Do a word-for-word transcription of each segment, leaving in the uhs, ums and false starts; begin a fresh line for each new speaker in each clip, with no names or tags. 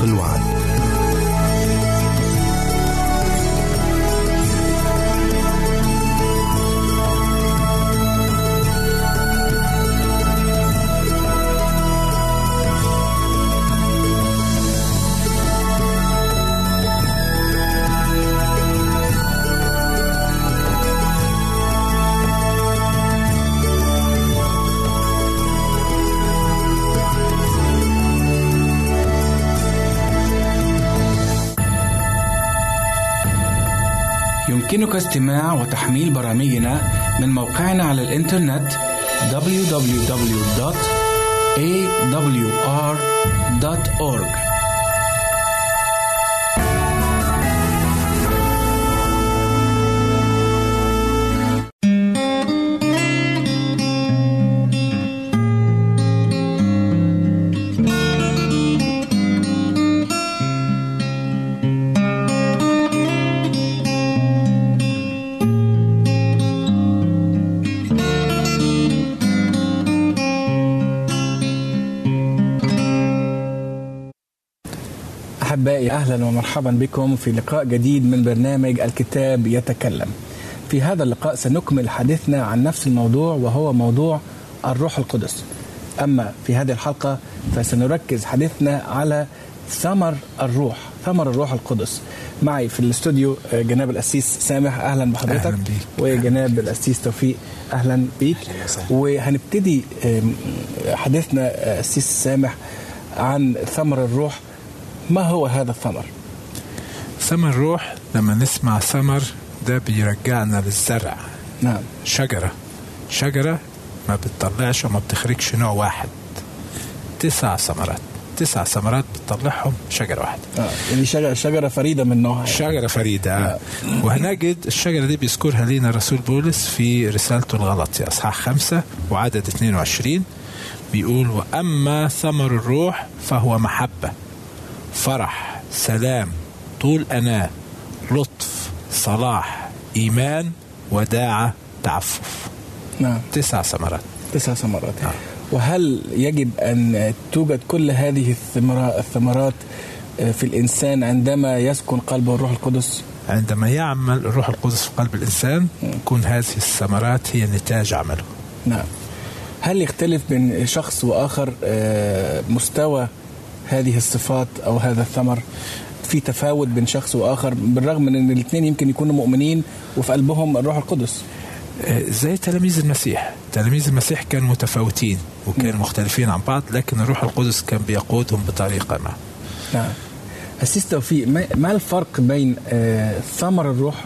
الوعد.
يمكنك استماع وتحميل برامجنا من موقعنا على الإنترنت دبليو دبليو دبليو دوت إيه دبليو آر دوت أورج. أحبائي، أهلا ومرحبا بكم في لقاء جديد من برنامج الكتاب يتكلم. في هذا اللقاء سنكمل حديثنا عن نفس الموضوع، وهو موضوع الروح القدس. أما في هذه الحلقة فسنركز حديثنا على ثمر الروح، ثمر الروح القدس. معي في الاستوديو جناب الأسيس سامح، أهلا بحضرتك.
أهلا بيك.
وجناب الأسيس توفيق، أهلا بيك. وهنبتدي حديثنا أسيس سامح عن ثمر الروح. ما هو هذا الثمر؟
ثمر الروح، لما نسمع ثمر ده بيرجعنا للزرع.
نعم.
شجرة شجرة ما بتطلعش وما بتخرجش نوع واحد، تسع ثمرات تسع ثمرات بتطلعهم شجرة واحدة.
آه. يعني شجرة, شجرة فريدة من نوعها،
شجرة فريدة. آه. وهنجد الشجرة دي بيذكرها لنا رسول بولس في رسالته الغلطية أصحاح خمسة وعدد اثنين وعشرين، بيقول: وأما ثمر الروح فهو محبة، فرح، سلام، طول أناة، لطف، صلاح، إيمان، وداعة، تعفف.
نعم.
تسع ثمرات
تسع ثمرات. نعم. وهل يجب أن توجد كل هذه الثمرات في الإنسان عندما يسكن قلبه الروح القدس؟
عندما يعمل الروح القدس في قلب الإنسان تكون هذه الثمرات هي نتاج عمله.
نعم. هل يختلف بين شخص وآخر مستوى هذه الصفات أو هذا الثمر؟ في تفاوت بين شخص وآخر بالرغم من أن الاثنين يمكن يكونوا مؤمنين وفي قلبهم الروح القدس؟
زي تلاميذ المسيح تلاميذ المسيح كانوا متفاوتين وكانوا مختلفين عن بعض، لكن الروح القدس كان بيقودهم بطريقة ما.
نعم. أسيس توفيق، ما الفرق بين ثمر الروح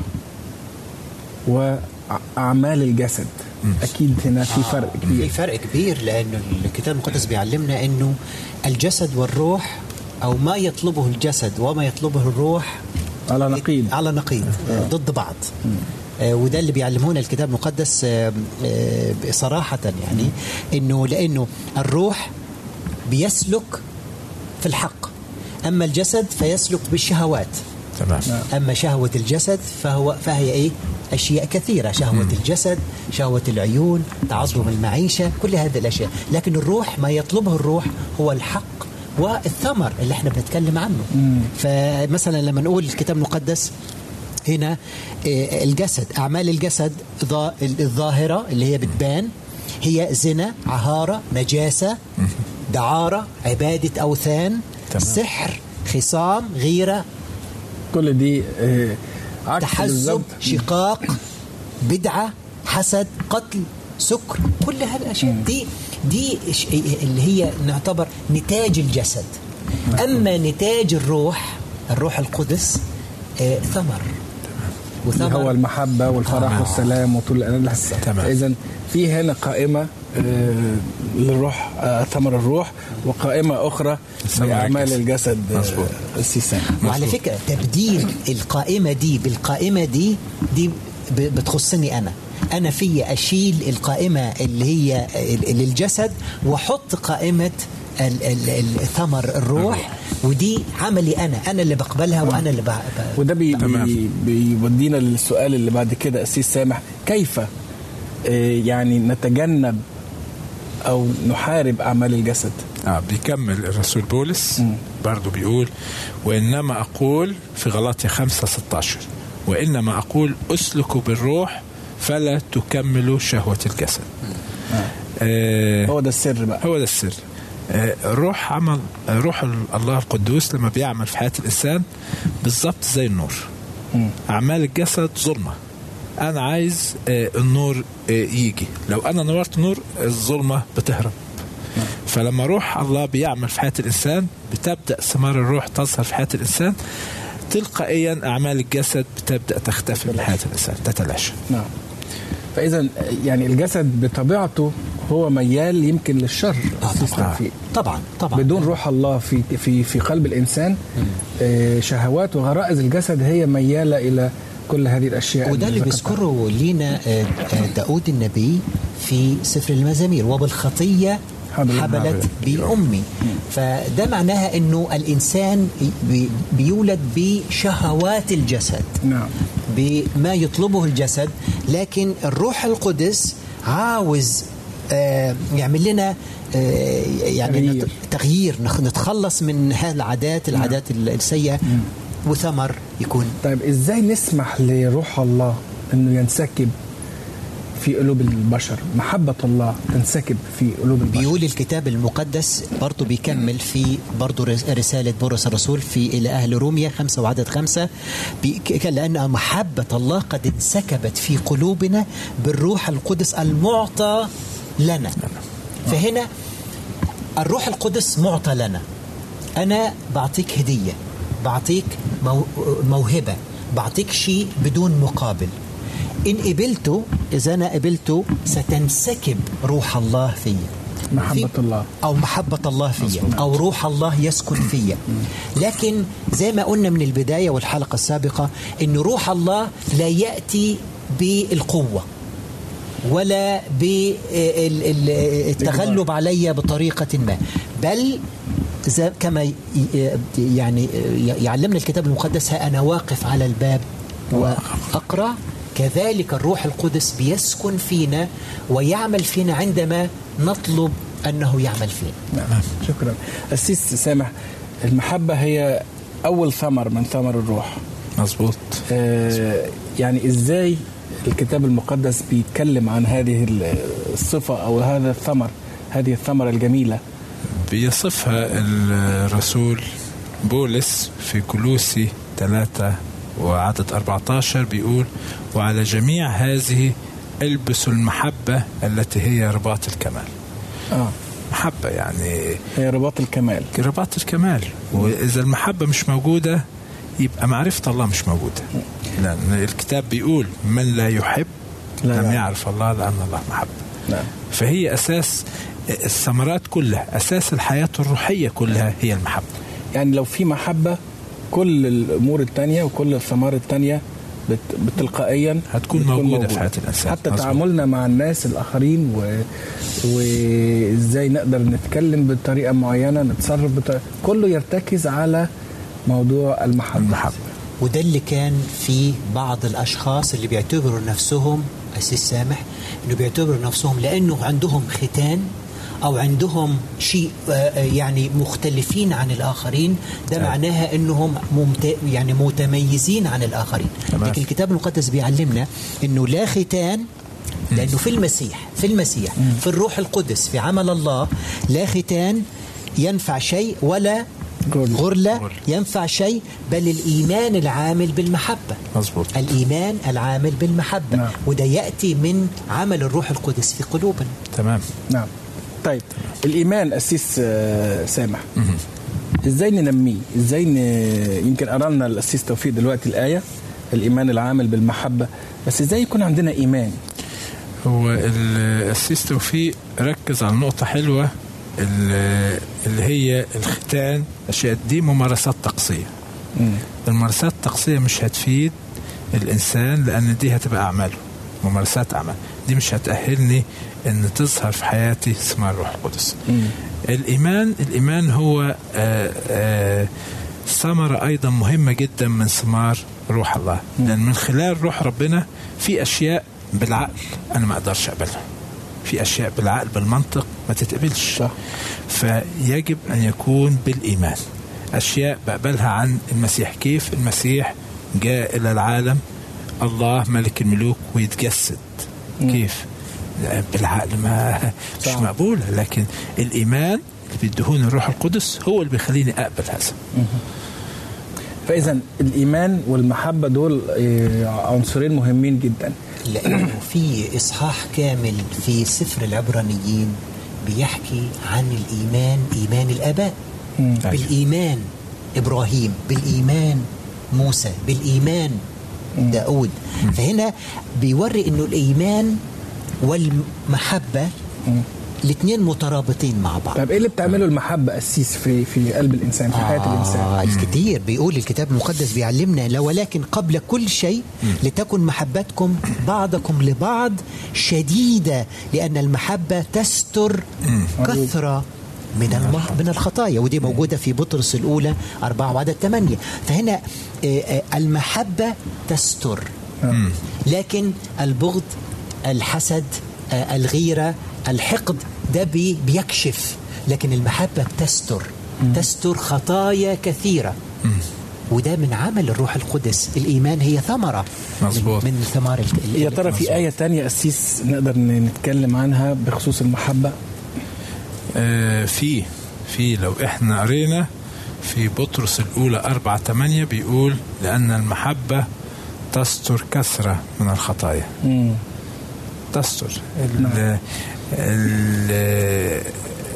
وأعمال الجسد؟ أكيد هنا في فرق كبير.
في فرق كبير، لأنه الكتاب المقدس بيعلمنا أنه الجسد والروح، أو ما يطلبه الجسد وما يطلبه الروح
على نقيض
على نقيض آه. ضد بعض. آه وده اللي بيعلمونا الكتاب المقدس آه آه صراحة، يعني أنه لأنه الروح بيسلك في الحق، أما الجسد فيسلك بالشهوات.
تمام.
أما شهوة الجسد فهو فهي إيه؟ أشياء كثيرة، شهوة مم. الجسد، شهوة العيون، تعظم المعيشة، كل هذه الأشياء. لكن الروح ما يطلبه الروح هو الحق والثمر اللي احنا بنتكلم عنه. مم. فمثلا لما نقول الكتاب المقدس هنا الجسد، أعمال الجسد الظاهرة اللي هي بتبان هي زنا، عهارة، نجاسة، دعارة، عبادة أوثان، تمام. سحر، خصام، غيرة،
كل دي
تحزب، شقاق، بدعة، حسد، قتل، سكر، كل هذه الأشياء دي دي اللي هي نعتبر نتاج الجسد. أما نتاج الروح، الروح القدس آه ثمر،
وثمر هو المحبة والفرح آه. والسلام وطول الأناة. إذن في هنا قائمة آه للروح، آه ثمر الروح، وقائمة أخرى لأعمال الجسد السيسان.
وعلى فكرة تبديل القائمة دي بالقائمة دي دي بتخصني أنا أنا في أشيل القائمة اللي هي للجسد وحط قائمة الثمر الروح، ودي عملي أنا أنا اللي بقبلها وأنا اللي بقبلها.
وده بي بي بيودينا للسؤال اللي بعد كده أسيس سامح، كيف يعني نتجنب أو نحارب أعمال الجسد؟
آه بيكمل الرسول بولس م. برضو بيقول وإنما أقول في غلاطية خمسة ستة عشر وإنما أقول أسلكوا بالروح فلا تكملوا شهوة الجسد. آه
هو ده السر بقى.
هو ده السر. آه روح عمل روح الله القدوس لما بيعمل في حياة الإنسان بالضبط زي النور. م. أعمال الجسد ظلمة. أنا عايز آه النور آه يجي. لو أنا نورت نور الظلمة بتهرب. م. فلما روح الله بيعمل في حياة الإنسان بتبدأ ثمار الروح تظهر في حياة الإنسان، تلقائيا أعمال الجسد بتبدأ تختفي من حياة الإنسان، تتلاشى.
نعم. فإذا يعني الجسد بطبيعته هو ميال يمكن للشر.
آه طبعا. طبعا طبعا
بدون روح الله في في في قلب الإنسان آه شهوات وغرائز الجسد هي ميالة إلى كل هذه الأشياء.
وده اللي بيذكره لينا داود النبي في سفر المزامير، وبالخطية حبلت بأمي. فده معناها أنه الإنسان بيولد بشهوات الجسد.
نعم.
بما يطلبه الجسد، لكن الروح القدس عاوز آه يعمل لنا آه يعني تغيير. تغيير نتخلص من هذه العادات العادات السيئة وثمر يكون.
طيب إزاي نسمح لروح الله أنه ينسكب في قلوب البشر؟ محبة الله تنسكب في قلوب البشر.
بيقول الكتاب المقدس برضو بيكمل في برضو رسالة بولس الرسول في إلى أهل روميا خمسة وعدد خمسة، لأن محبة الله قد انسكبت في قلوبنا بالروح القدس المعطى لنا. فهنا الروح القدس معطى لنا. أنا بعطيك هدية، بعطيك موهبة، بعطيك شيء بدون مقابل. إن قبلته، إذا أنا قبلته ستنسكب روح الله فيا،
محبة الله
أو محبة الله فيا، أو روح الله يسكن فيا. لكن زي ما قلنا من البداية والحلقة السابقة إن روح الله لا يأتي بالقوة ولا بالتغلب علي بطريقة ما، بل كما يعني يعلمنا الكتاب المقدس ها أنا واقف على الباب وأقرأ، كذلك الروح القدس بيسكن فينا ويعمل فينا عندما نطلب أنه يعمل فينا.
نعم. شكرا. السيس سامح، المحبة هي أول ثمر من ثمر الروح.
مظبوط.
آه يعني إزاي الكتاب المقدس بيتكلم عن هذه الصفة أو هذا الثمر، هذه الثمرة الجميلة؟
بيصفها الرسول بولس في كولوسي ثلاثة وعدد أربعة عشر، بيقول وعلى جميع هذه البسوا المحبة التي هي رباط الكمال.
آه.
محبة يعني
هي رباط الكمال.
رباط الكمال. وإذا المحبة مش موجودة يبقى معرفة الله مش موجودة، لأن الكتاب بيقول من لا يحب لا لم يعرف الله لأن الله محبة.
نعم.
فهي أساس الثمرات كلها، أساس الحياة الروحية كلها هي المحبة.
يعني لو في محبة كل الأمور التانية وكل الثمار التانية بتلقائيا
هتكون موجودة, موجودة في حياة الإنسان.
حتى مزبوط. تعاملنا مع الناس الآخرين و... وإزاي نقدر نتكلم بطريقة معينة، نتصرف بطريقة، كله يرتكز على موضوع المحبة.
المحبة.
وده اللي كان في بعض الأشخاص اللي بيعتبروا نفسهم أسيس سامح إنه بيعتبروا نفسهم لأنه عندهم ختان أو عندهم شيء يعني مختلفين عن الآخرين، ده أه. معناها أنهم ممت... يعني متميزين عن الآخرين. أه. لكن الكتاب المقدس بيعلمنا أنه لا ختان، لأنه في المسيح في المسيح م. في الروح القدس في عمل الله لا ختان ينفع شيء ولا غرلة ينفع شيء، بل الإيمان العامل بالمحبة.
مظبوط.
الإيمان العامل بالمحبة.
نعم.
وده يأتي من عمل الروح القدس في قلوبنا.
تمام.
نعم. طيب الإيمان أسيس سامح إزاي ننميه؟ إزاي ن... يمكن قرأنا الأسيس توفيق دلوقتي الآية الإيمان العامل بالمحبة، بس إزاي يكون عندنا إيمان؟
هو الأسيس توفيق ركز على نقطة حلوة اللي هي الختان. أشياء دي ممارسات طقسية. م. الممارسات الطقسية مش هتفيد الإنسان، لأن دي هتبقى أعماله، ممارسات أعمال، دي مش هتأهلني أن تظهر في حياتي ثمار الروح القدس. م. الإيمان الإيمان هو آآ آآ ثمرة أيضا مهمة جدا من ثمار روح الله. م. لأن من خلال روح ربنا في أشياء بالعقل أنا ما أقدرش أقبلها، في أشياء بالعقل بالمنطق ما تتقبلش. صح. فيجب أن يكون بالإيمان. أشياء بقبلها عن المسيح. كيف المسيح جاء إلى العالم الله ملك الملوك ويتجسد؟ م. كيف؟ بالعقل ما مش مقبولة، لكن الإيمان اللي بيدهون الروح القدس هو اللي بيخليني أقبل هذا.
م. فإذا الإيمان والمحبة دول عنصرين مهمين جدا،
لأنه في إصحاح كامل في سفر العبرانيين بيحكي عن الإيمان، إيمان الآباء. م. بالإيمان إبراهيم، بالإيمان موسى، بالإيمان داود. م. فهنا بيوري إنه الإيمان والمحبة الاثنين مترابطين مع بعض.
طيب ايه اللي بتعمله المحبة أسيس في في قلب الإنسان، في آه حياة الإنسان؟
الكثير بيقول الكتاب المقدس بيعلمنا لا ولكن قبل كل شيء لتكن محبتكم بعضكم لبعض شديدة، لأن المحبة تستر كثرة من من الخطايا، ودي موجودة في بطرس الأولى أربعة وعدد ثمانية. فهنا المحبة تستر، لكن البغض، الحسد، الغيرة، الحقد ده بي بيكشف، لكن المحبة بتستر م. تستر خطايا كثيرة. م. وده من عمل الروح القدس. الإيمان هي ثمرة مزبوط. من ثمار.
يا ترى في آية تانية أسيس نقدر نتكلم عنها بخصوص المحبة؟
آه في في لو إحنا قرينا في بطرس الأولى أربعة ثمانية بيقول لأن المحبة تستر كثرة من الخطايا. م. تستر ال ال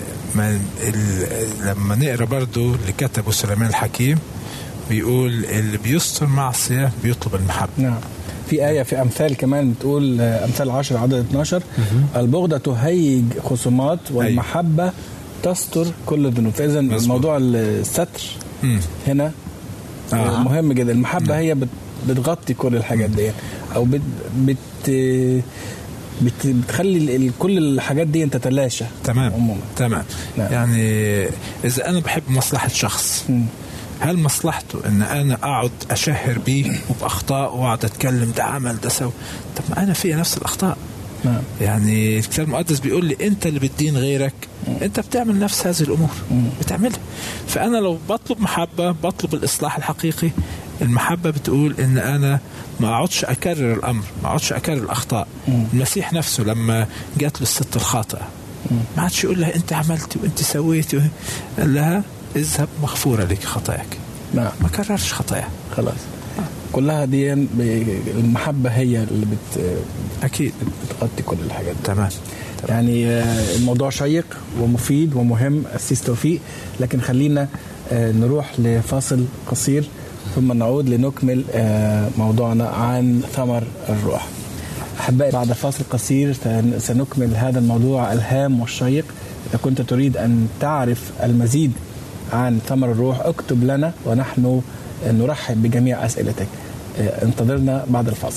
لما نقرأ برضو اللي كتبه سليمان الحكيم بيقول اللي بيستر معصية بيطلب المحبة.
نعم. في آية في أمثال كمان بتقول أمثال عشر عدد اثناشر البغضة تهيج خصومات والمحبة تستر كل الذنوب. فإذا الموضوع الستر م. هنا آه. مهم جدا. المحبة م. هي بتغطي كل الحاجات دي، أو بت, بت بتخلي كل الحاجات دي انت تتلاشى.
تمام عموما. تمام. نعم. يعني اذا انا بحب مصلحه شخص م. هل مصلحته ان انا اقعد اشهر بيه وباخطاء واقعد اتكلم ده عمل ده سوى؟ طب ما انا فيها نفس الاخطاء. نعم. يعني الكتاب المقدس بيقول لي انت اللي بتدين غيرك، م. انت بتعمل نفس هذه الامور م. بتعملها. فانا لو بطلب محبه بطلب الاصلاح الحقيقي. المحبة بتقول إن أنا ما أقعدش أكرر الأمر، ما أقعدش أكرر الأخطاء. مم. المسيح نفسه لما جات له الست الخاطئة ما عادش يقول لها أنت عملتي وأنت سويتي، قال لها اذهب مغفورة لك خطاياك. ما ما كررش خطايا
خلاص. آه. كلها دي المحبة هي اللي بت
أكيد
بتغطي كل الحاجات.
تمام.
يعني الموضوع شيق ومفيد ومهم أسيس توفيق، لكن خلينا نروح لفاصل قصير ثم نعود لنكمل موضوعنا عن ثمر الروح. أحبائي بعد فاصل قصير سنكمل هذا الموضوع الهام والشيق. إذا كنت تريد أن تعرف المزيد عن ثمر الروح اكتب لنا ونحن نرحب بجميع أسئلتك. انتظرنا بعد الفاصل.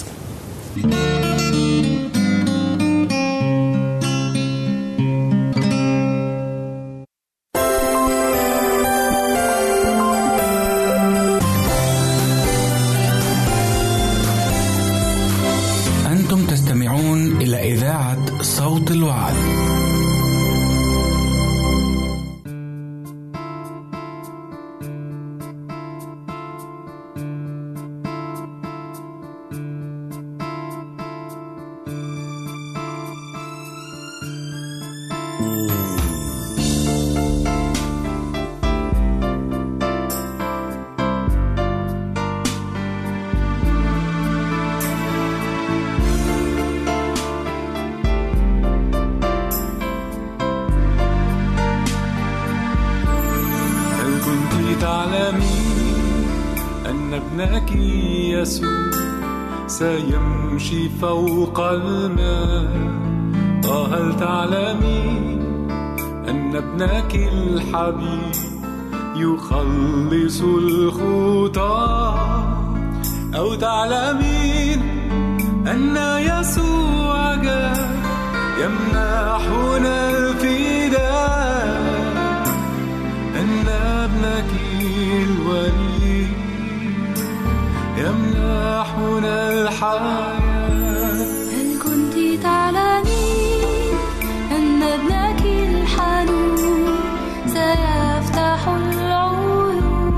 صوت الوعد.
سيمشي فوق الماء. وهل تعلمين أن ابنك الحبيب يخلص الخطى؟ أو تعلمين أن يسوع جاء يمنحنا الفداء؟ أن ابنك الولي يمنحنا الحياة.
هل كنت تعلمين أن ابنك الحنون سيفتح العيون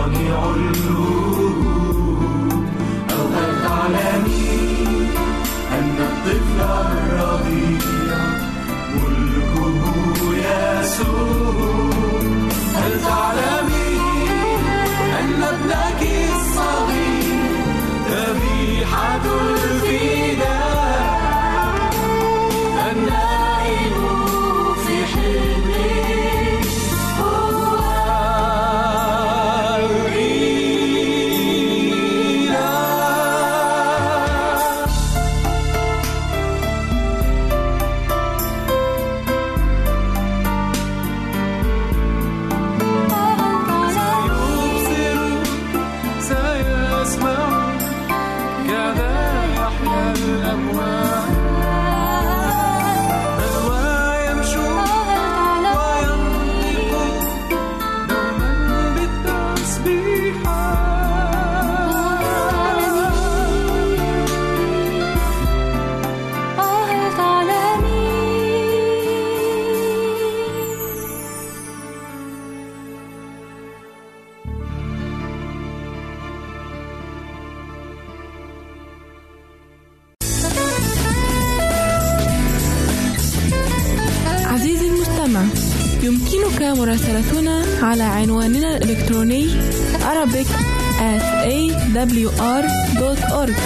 صانع الوجود. أو هل تعلمين أن الطفل الرضيع ملكه يسوع؟ هل تعلمين أن ابنك الصغير ذبيحة الفداء؟ النائم في حلمه هو
يمكنك مراسلتنا على عنواننا الإلكتروني arabic at a w r dot org.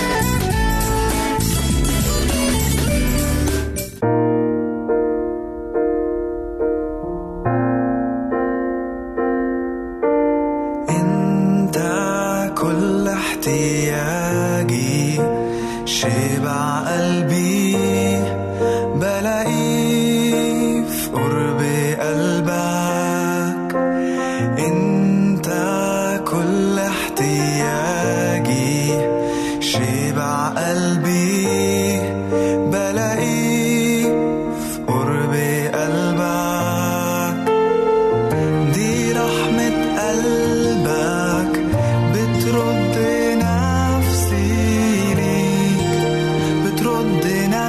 أنت كل احتياجي، شبع قلبي بلاقيه في قرب قلبك. انت كل احتياجي، شبع قلبي بلاقيه في قرب قلبك. دي رحمة قلبك بترد نفسي ليك، بترد نفسي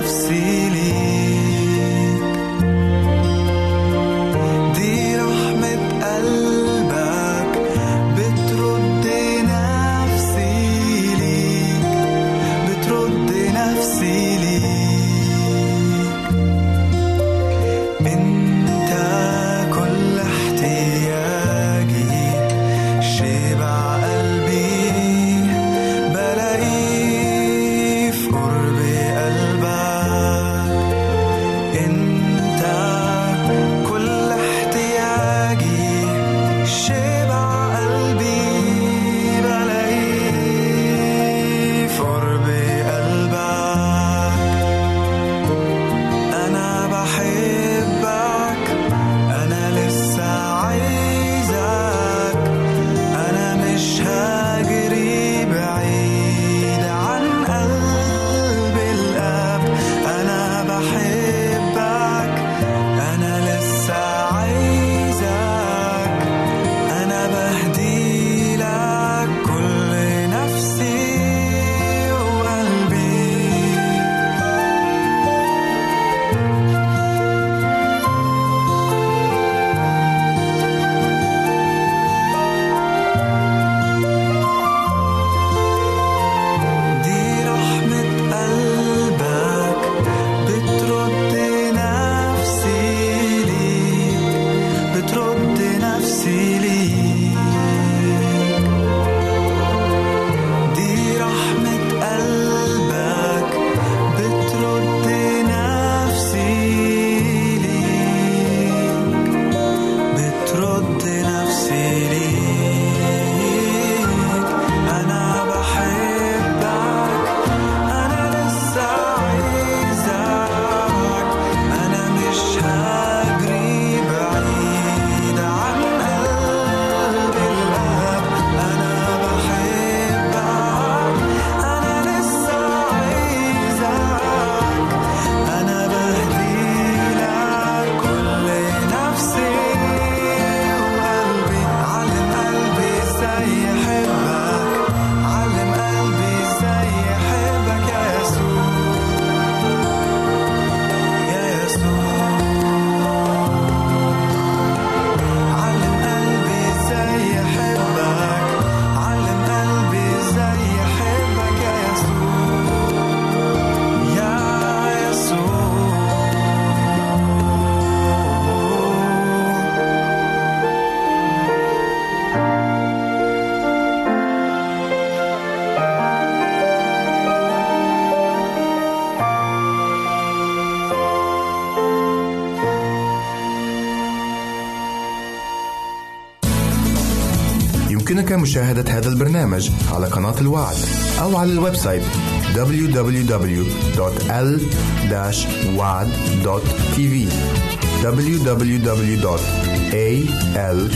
يمكنك مشاهدة هذا البرنامج على قناة الوعد أو على الويب سايت دبليو دبليو دبليو دوت إل وعد دوت تي في دبليو دبليو دبليو دوت إيه إل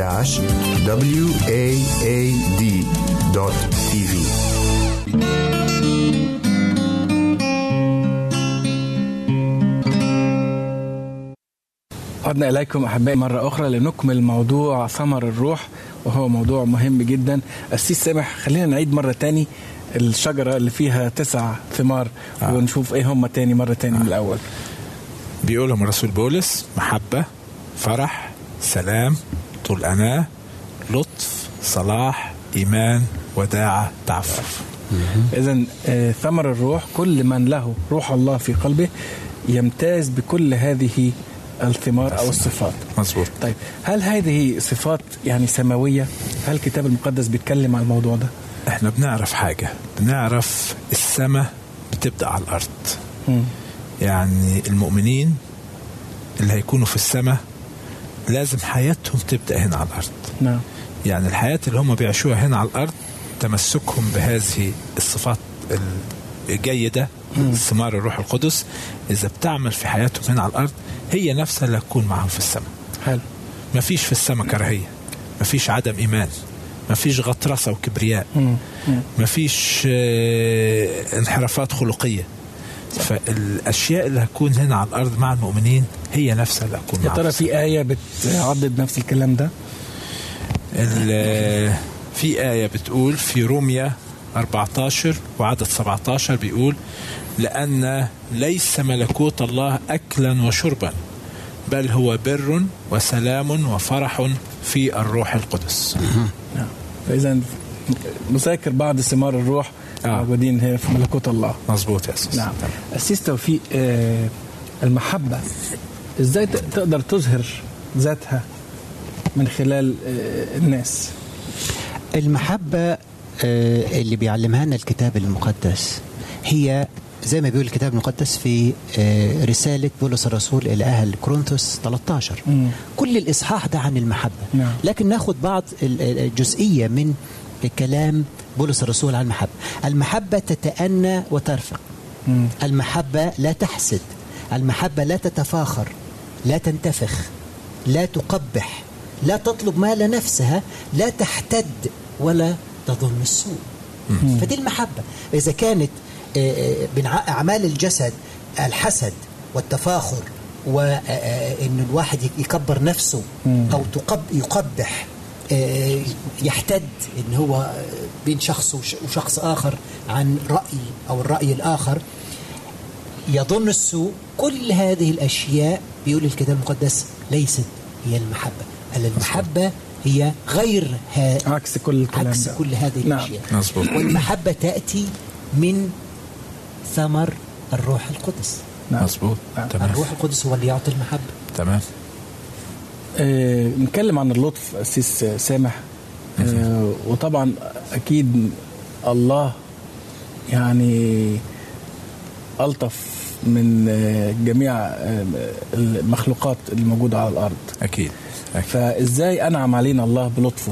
واد دوت تي في.
عدنا إليكم أحبائي مرة أخرى لنكمل موضوع ثمر الروح، وهو موضوع مهم جدا. السيس سامح، خلينا نعيد مرة تاني الشجرة اللي فيها تسع ثمار آه. ونشوف إيه هم تاني مرة تاني آه. من الأول.
بيقولهم الرسول بولس: محبة، فرح، سلام، طول أناة، لطف، صلاح، إيمان، وداعة، تعفف.
إذن آه ثمر الروح، كل من له روح الله في قلبه يمتاز بكل هذه الثمار أو الصفات.
مظبوط.
طيب، هل هذه صفات يعني سماوية؟ هل الكتاب المقدس بيتكلم عن الموضوع ده؟
احنا بنعرف حاجة، بنعرف السماء بتبدأ على الأرض. م. يعني المؤمنين اللي هيكونوا في السماء لازم حياتهم تبدأ هنا على الأرض.
نعم.
يعني الحياة اللي هم بيعيشوها هنا على الأرض تمسكهم بهذه الصفات الجيدة، ثمار الروح القدس، إذا بتعمل في حياتهم هنا على الأرض هي نفسها اللي هتكون معهم في السماء.
حلو.
مفيش في السماء كراهية، مفيش عدم إيمان، مفيش غطرسة وكبرياء، مفيش اه انحرافات خلقية. فالأشياء اللي هتكون هنا على الأرض مع المؤمنين هي نفسها اللي هتكون معهم.
يا ترى في آية بتعضد نفس الكلام ده؟
في آية بتقول في روميا أربعة عشر وعدد سبعة عشر بيقول: لأن ليس ملكوت الله أكلا وشربا، بل هو بر وسلام وفرح في الروح القدس.
فإذا نذاكر بعض ثمار الروح موجودين هنا في ملكوت الله.
مظبوط يا أسيس.
نعم. أسيس توفيق، آه المحبة إزاي تقدر تظهر ذاتها من خلال آه الناس؟
المحبة اللي بيعلمها لنا الكتاب المقدس هي زي ما بيقول الكتاب المقدس في رسالة بولس الرسول إلى أهل كورنثوس ثلاثة عشر. م. كل الإصحاح ده عن المحبة. نعم. لكن ناخد بعض الجزئية من كلام بولس الرسول عن المحبة. المحبة تتأنى وترفق. م. المحبة لا تحسد. المحبة لا تتفاخر، لا تنتفخ، لا تقبح، لا تطلب مال نفسها، لا تحتد ولا تظن السوء. مم. فدي المحبة. إذا كانت من أعمال الجسد الحسد والتفاخر وإن الواحد يكبر نفسه أو يقبح، يحتد إن هو بين شخص وشخص آخر عن رأي أو الرأي الآخر، يظن السوء، كل هذه الأشياء بيقول الكتاب المقدس ليست هي المحبة. المحبة هي غير ها...
عكس كل
عكس كل هذه الأشياء.
نعم.
والمحبة تأتي من ثمر الروح القدس.
نعم. مظبوط.
نعم. الروح القدس هو اللي يعطي المحبة.
تمام.
آه، نتكلم عن اللطف أسيس سامح. آه، وطبعا أكيد الله يعني ألطف من جميع المخلوقات الموجودة على الأرض.
أكيد. أكيد.
فإزاي أنعم علينا الله بلطفه؟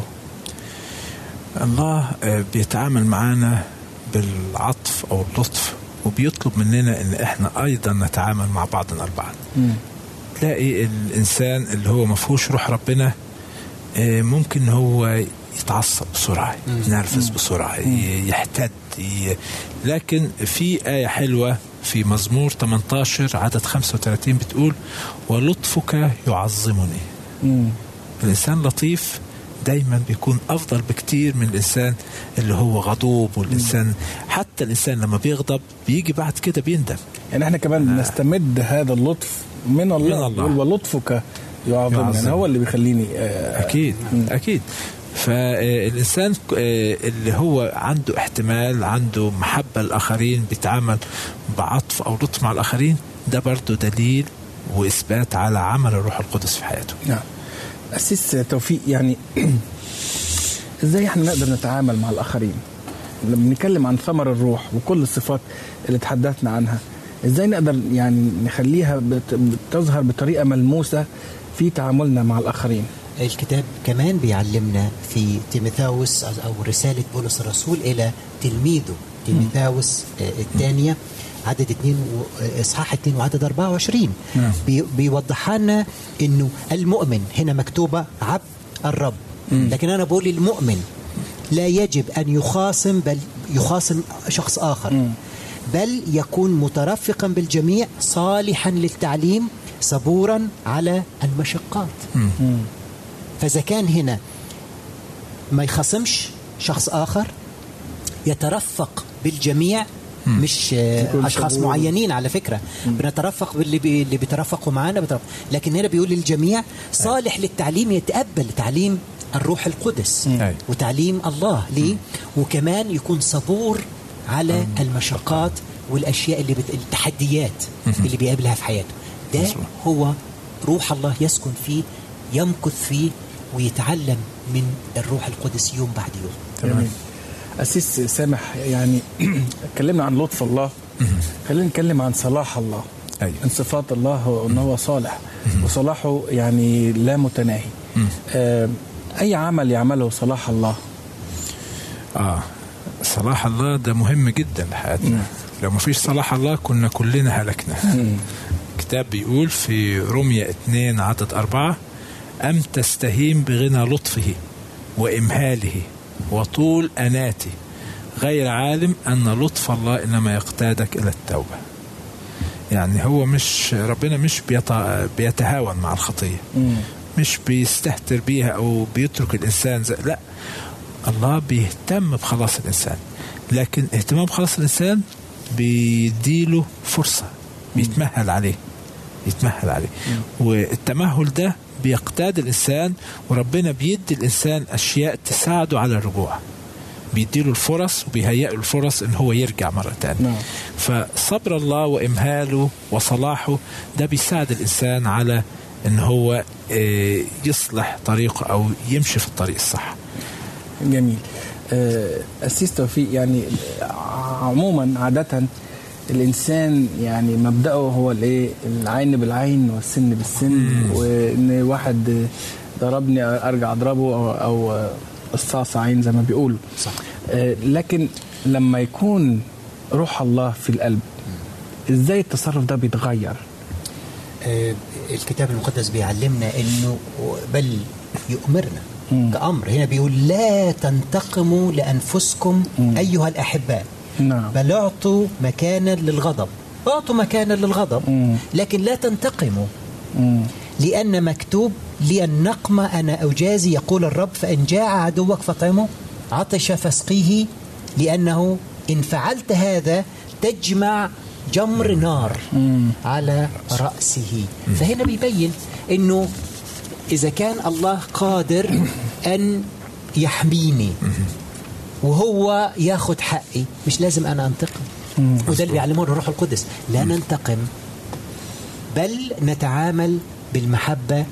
الله بيتعامل معنا بالعطف أو اللطف، وبيطلب مننا إن إحنا أيضا نتعامل مع بعضنا البعض. م. تلاقي الإنسان اللي هو مفهوش روح ربنا ممكن هو يتعصب بسرعة، ينرفز بسرعة، يحتد. لكن في آية حلوة في مزمور ثمانية عشر عدد خمسة وثلاثين بتقول: ولطفك يعظمني. مم. الإنسان لطيف دايما بيكون أفضل بكتير من الإنسان اللي هو غضوب. والإنسان حتى الإنسان لما بيغضب بيجي بعد كده بيندم.
يعني احنا كمان آه. نستمد هذا اللطف من الله, من الله. ولطفك يعظمني، يعني هو اللي بيخليني آه
أكيد. مم. أكيد. فالإنسان اللي هو عنده احتمال، عنده محبة للآخرين، بيتعامل بعطف أو لطف مع الآخرين، ده برضو دليل وإثبات على عمل الروح القدس في حياته.
نعم. أسيس توفيق، يعني إزاي إحنا نقدر نتعامل مع الآخرين لما بنتكلم عن ثمر الروح وكل الصفات اللي تحدثنا عنها؟ إزاي نقدر يعني نخليها بتظهر بطريقة ملموسة في تعاملنا مع الآخرين؟
الكتاب كمان بيعلمنا في تيموثاوس أو رسالة بولس الرسول إلى تلميذه تيموثاوس الثانية عدد اثنين إصحاح اثنين وعدد أربعة وعشرين بي بيوضح لنا إنه المؤمن هنا مكتوبة عبد الرب، لكن أنا بقول المؤمن لا يجب أن يخاصم بل يخاصم شخص آخر، بل يكون مترفقا بالجميع صالحا للتعليم صبورا على المشقات. فإذا كان هنا ما يخاصمش شخص آخر، يترفق بالجميع، مش أشخاص معينين على فكرة، بنترفق باللي بي اللي بيترفقوا معنا بترفق. لكن هنا بيقول للجميع صالح للتعليم، يتقبل تعليم الروح القدس
أي.
وتعليم الله ليه، وكمان يكون صبور على أم. المشقات والأشياء اللي بت... التحديات اللي بيقابلها في حياته. ده مصر. هو روح الله يسكن فيه، يمكث فيه ويتعلم من الروح القدس يوم بعد يوم.
تمام. أسيس سامح، يعني اتكلمنا عن لطف الله، خلينا نتكلم عن صلاح الله.
أيوة.
ان صفات الله هو انه هو صالح، وصلاحه يعني لا متناهي. آه اي عمل يعمله صلاح الله؟
اه صلاح الله ده مهم جدا لحياتنا. لو ما فيش صلاح الله كنا كلنا هلكنا. الكتاب بيقول في رومية اثنين عدد أربعة: أم تستهين بغنى لطفه وإمهاله وطول أناته غير عالم أن لطف الله إنما يقتادك إلى التوبة. يعني هو مش ربنا مش بيتهاون مع الخطية، مش بيستهتر بيها أو بيترك الإنسان زي. لا، الله بيهتم بخلاص الإنسان، لكن اهتمام بخلاص الإنسان بيديله فرصة، بيتمهل عليه يتمهل عليه والتمهل ده بيقتاد الإنسان، وربنا بيدي الإنسان أشياء تساعده على الرجوع، بيديله الفرص وبيهيئ له الفرص إن هو يرجع مرة تانية. فصبر الله وإمهاله وصلاحه ده بيساعد الإنسان على إن هو يصلح طريقه أو يمشي في الطريق الصح.
جميل. أسيس توفيق، يعني عموما عادة الإنسان يعني مبدأه هو الإيه، العين بالعين والسن بالسن، وإن واحد ضربني أرجع أضربه أو, أو الصاص عين زي ما بيقولوا. صح. لكن لما يكون روح الله في القلب، إزاي التصرف ده بيتغير؟
الكتاب المقدس بيعلمنا إنه بل يؤمرنا كأمر. هنا بيقول لا تنتقموا لأنفسكم مم. أيها الأحباء، نعم. بل اعطوا مكانا للغضب، اعطوا مكانا للغضب، مم. لكن لا تنتقموا، مم. لأن مكتوب لي النقمة أنا أجازي يقول الرب، فإن جاع عدوك فطعمه، عطش فاسقيه، لأنه إن فعلت هذا تجمع جمر نار مم. على رأسه. مم. فهنا بيبين إنه إذا كان الله قادر أن يحميني وهو ياخد حقي، مش لازم أنا أنتقم. وده اللي بيعلمه الروح القدس، لا ننتقم بل نتعامل بالمحبة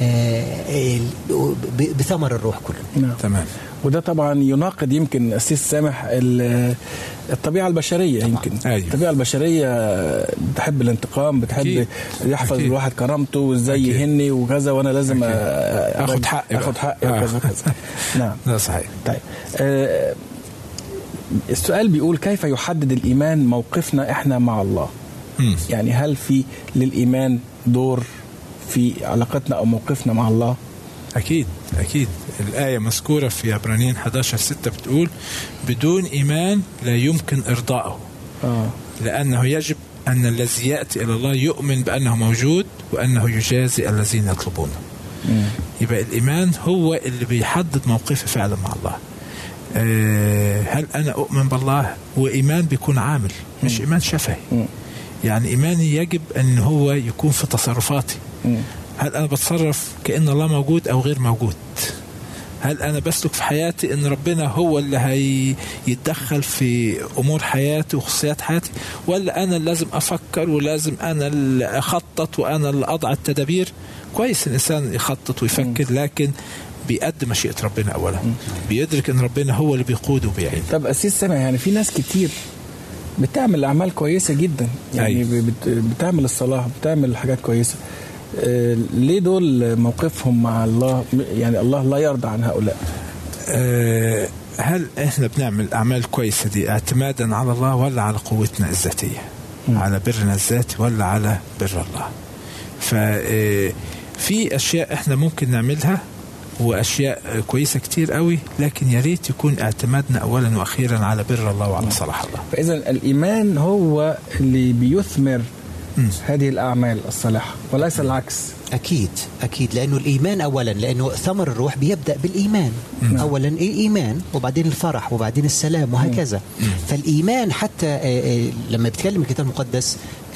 بثمر الروح كله.
نعم. تمام. وده طبعا يناقض يمكن أسيس سامح الطبيعة البشرية. طبعا. يمكن أيوه. الطبيعة البشرية بتحب الانتقام، بتحب أكيد. يحفظ أكيد. الواحد كرامته وازاي يهني وكذا، وانا لازم اخد حقي اخد حقي آه. وكذا وكذا. نعم،
ده صحيح.
طيب آه السؤال بيقول كيف يحدد الإيمان موقفنا احنا مع الله؟ م. يعني هل في للإيمان دور في علاقتنا أو موقفنا مع الله؟
أكيد أكيد. الآية مذكورة في عبرانيين أحد عشر ستة بتقول بدون إيمان لا يمكن إرضائه، آه. لأنه يجب أن الذي يأتي إلى الله يؤمن بأنه موجود وأنه يجازي الذين يطلبونه. م. يبقى الإيمان هو اللي بيحدد موقفي فعلا مع الله. أه هل أنا أؤمن بالله؟ وإيمان بيكون عامل، مش م. إيمان شفهي. م. يعني إيماني يجب أن هو يكون في تصرفاتي. م. هل أنا بتصرف كأن الله موجود أو غير موجود؟ هل أنا بسلك في حياتي أن ربنا هو اللي هيتدخل في أمور حياتي وخصوصيات حياتي، ولا أنا لازم أفكر ولازم أنا اللي أخطط وأنا اللي أضع التدابير؟ كويس الإنسان يخطط ويفكر، لكن بيقدم مشيئة ربنا أولا، بيدرك أن ربنا هو اللي بيقود وبيعين.
طب أسيس سامع، يعني في ناس كتير بتعمل أعمال كويسة جدا، يعني أي. بتعمل الصلاة، بتعمل حاجات كويسة، آه، ليه دول موقفهم مع الله؟ يعني الله لا يرضى عن هؤلاء.
أه هل احنا بنعمل اعمال كويسه دي اعتمادا على الله ولا على قوتنا الذاتيه؟ م. على برنا الذاتي ولا على بر الله؟ ففي اشياء احنا ممكن نعملها واشياء كويسه كتير قوي، لكن يا ريت يكون اعتمادنا اولا واخيرا على بر الله وعلى صلاح الله.
فاذا الايمان هو اللي بيثمر م. هذه الاعمال الصالحه وليس العكس.
أكيد أكيد، لأنه الإيمان أولا، لأنه ثمر الروح بيبدأ بالإيمان. م. أولا الإيمان وبعدين الفرح وبعدين السلام وهكذا. م. فالإيمان حتى لما بيتكلم الكتاب المقدس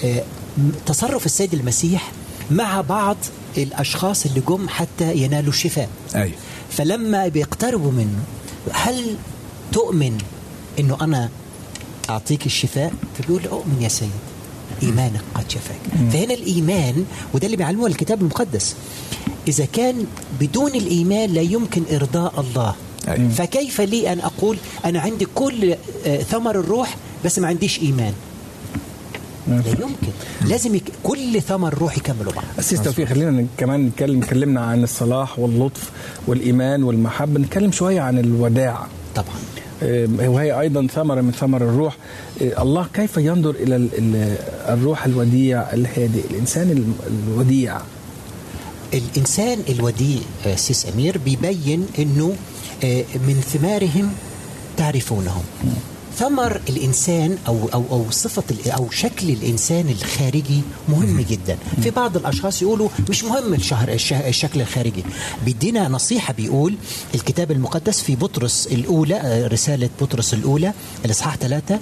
تصرف السيد المسيح مع بعض الأشخاص اللي جم حتى ينالوا الشفاء.
أي.
فلما بيقتربوا منه، هل تؤمن أنه أنا أعطيك الشفاء؟ فبيقول أؤمن يا سيد، إيمانك قد شفاك. فهنا الإيمان، وده اللي بيعلمه الكتاب المقدس، إذا كان بدون الإيمان لا يمكن إرضاء الله. أي. فكيف لي أن أقول أنا عندي كل ثمر الروح بس ما عنديش إيمان؟ لا يمكن. لازم يك... كل ثمر روح يكملوا بعض.
أسيس توفيق، خلينا كمان نتكلم نتكلمنا عن الصلاح واللطف والإيمان والمحبة، نتكلم شوية عن الوداع
طبعا،
وهي أيضا ثمرة من ثمر الروح. الله كيف ينظر إلى الروح الوديع الهادئ، الإنسان الوديع؟
الإنسان الوديع سيس أمير بيبين أنه من ثمارهم تعرفونهم. ثمر الإنسان أو أو أو صفة أو شكل الإنسان الخارجي مهم جدا. في بعض الأشخاص يقولوا مش مهم الشهر الشكل الخارجي. بيدينا نصيحة، بيقول الكتاب المقدس في بطرس الأولى، رسالة بطرس الأولى الإصحاح ثلاثة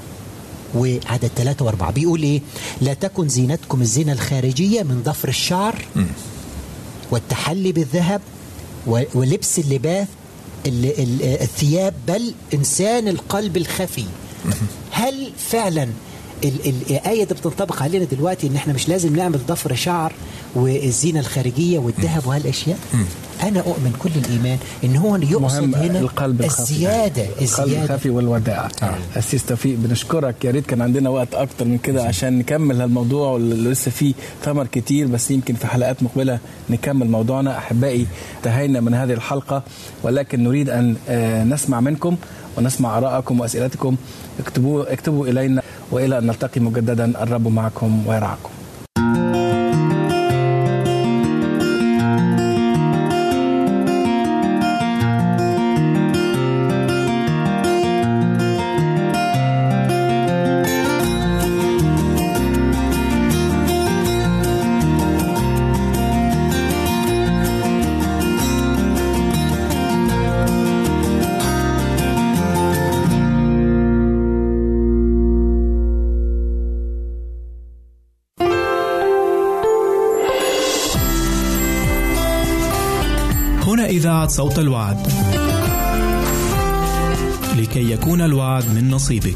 وعدد ثلاثة وأربعة، بيقول إيه؟ لا تكن زينتكم الزينة الخارجية من ضفر الشعر والتحلي بالذهب ولبس اللباس الثياب، بل إنسان القلب الخفي. هل فعلا الآية دي بتنطبق علينا دلوقتي إن إحنا مش لازم نعمل ضفر شعر والزينة الخارجية والذهب وهالأشياء؟ أنا أؤمن كل الإيمان إن هو يقصد هنا
القلب
الزيادة
القلب الخفي والوداع. أسيس توفيق، بنشكرك. يا ريت كان عندنا وقت أكتر من كده عشان نكمل هالموضوع، ولسه فيه ثمر كتير، بس يمكن في حلقات مقبلة نكمل موضوعنا. أحبائي، انتهينا من هذه الحلقة، ولكن نريد أن نسمع منكم ونسمع آراءكم وأسئلتكم. اكتبوا اكتبوا إلينا، وإلى أن نلتقي مجددا، الرب معكم ويرعاكم.
إذاعة صوت الوعد، لكي يكون الوعد من نصيبك.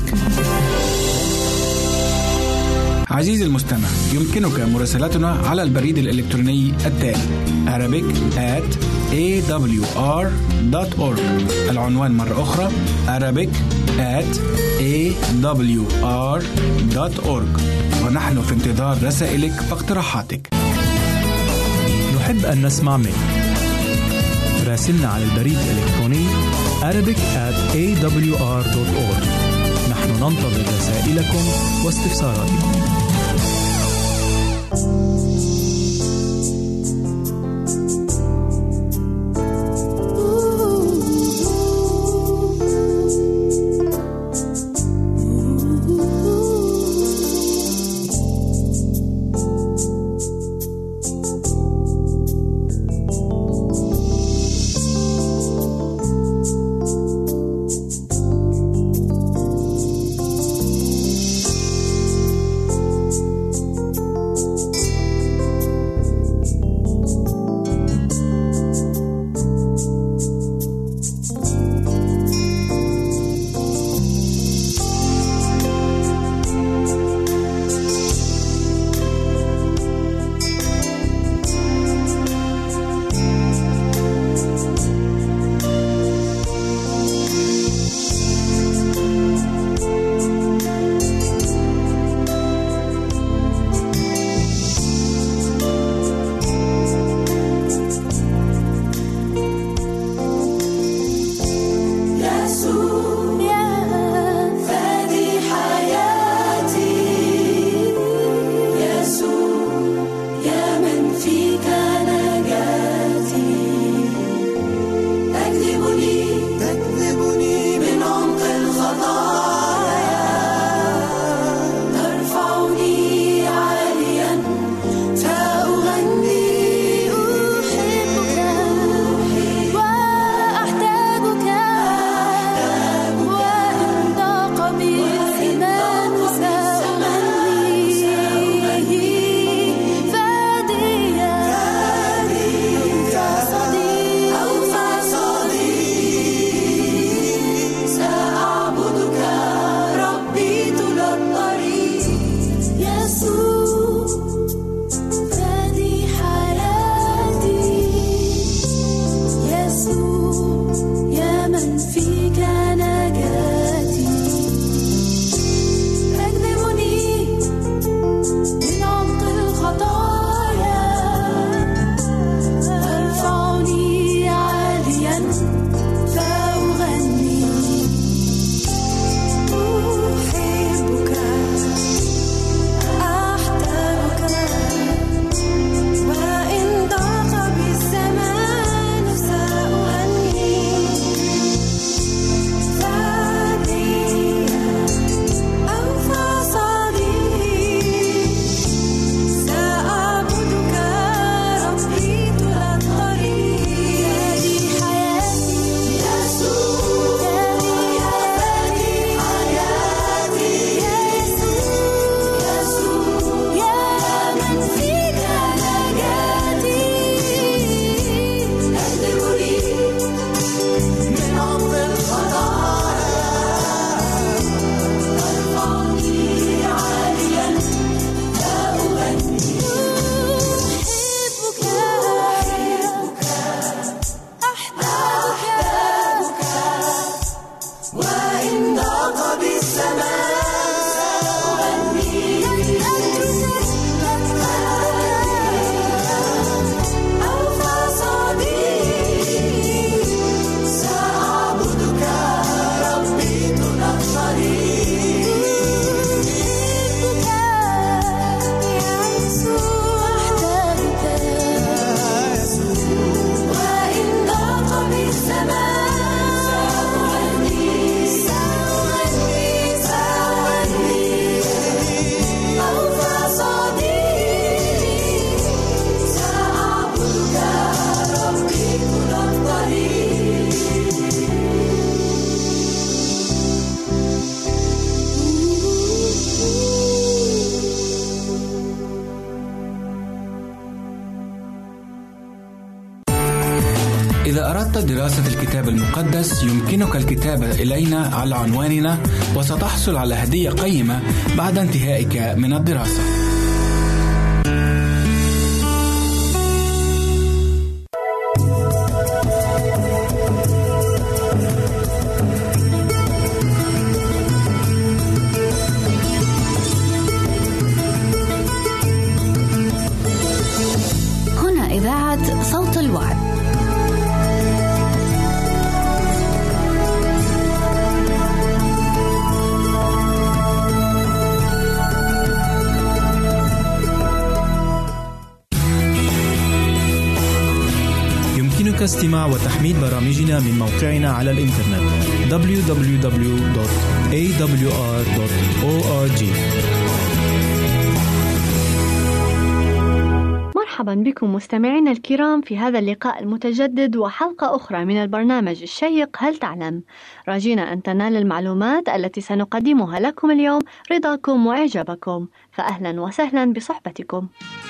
عزيزي المستمع، يمكنك مراسلتنا على البريد الإلكتروني التالي arabic at a w r dot org. العنوان مرة أخرى arabic at a w r dot org، ونحن في انتظار رسائلك واقتراحاتك.
نحب أن نسمع منك. راسلنا على البريد الإلكتروني arabic at a w r dot org. نحن ننتظر رسائلكم واستفساراتكم.
أردت دراسة الكتاب المقدس يمكنك الكتابة إلينا على عنواننا، وستحصل على هدية قيمة بعد انتهائك من الدراسة.
هنا إذاعة صوت الوعد.
يمكنك استماع وتحميل برامجنا من موقعنا على الإنترنت دبليو دبليو دبليو دوت إيه دبليو آر دوت أو آر جي.
مرحبا بكم مستمعينا الكرام في هذا اللقاء المتجدد وحلقة أخرى من البرنامج الشيق هل تعلم؟ راجينا أن تنال المعلومات التي سنقدمها لكم اليوم رضاكم وإعجابكم، فأهلا وسهلا بصحبتكم.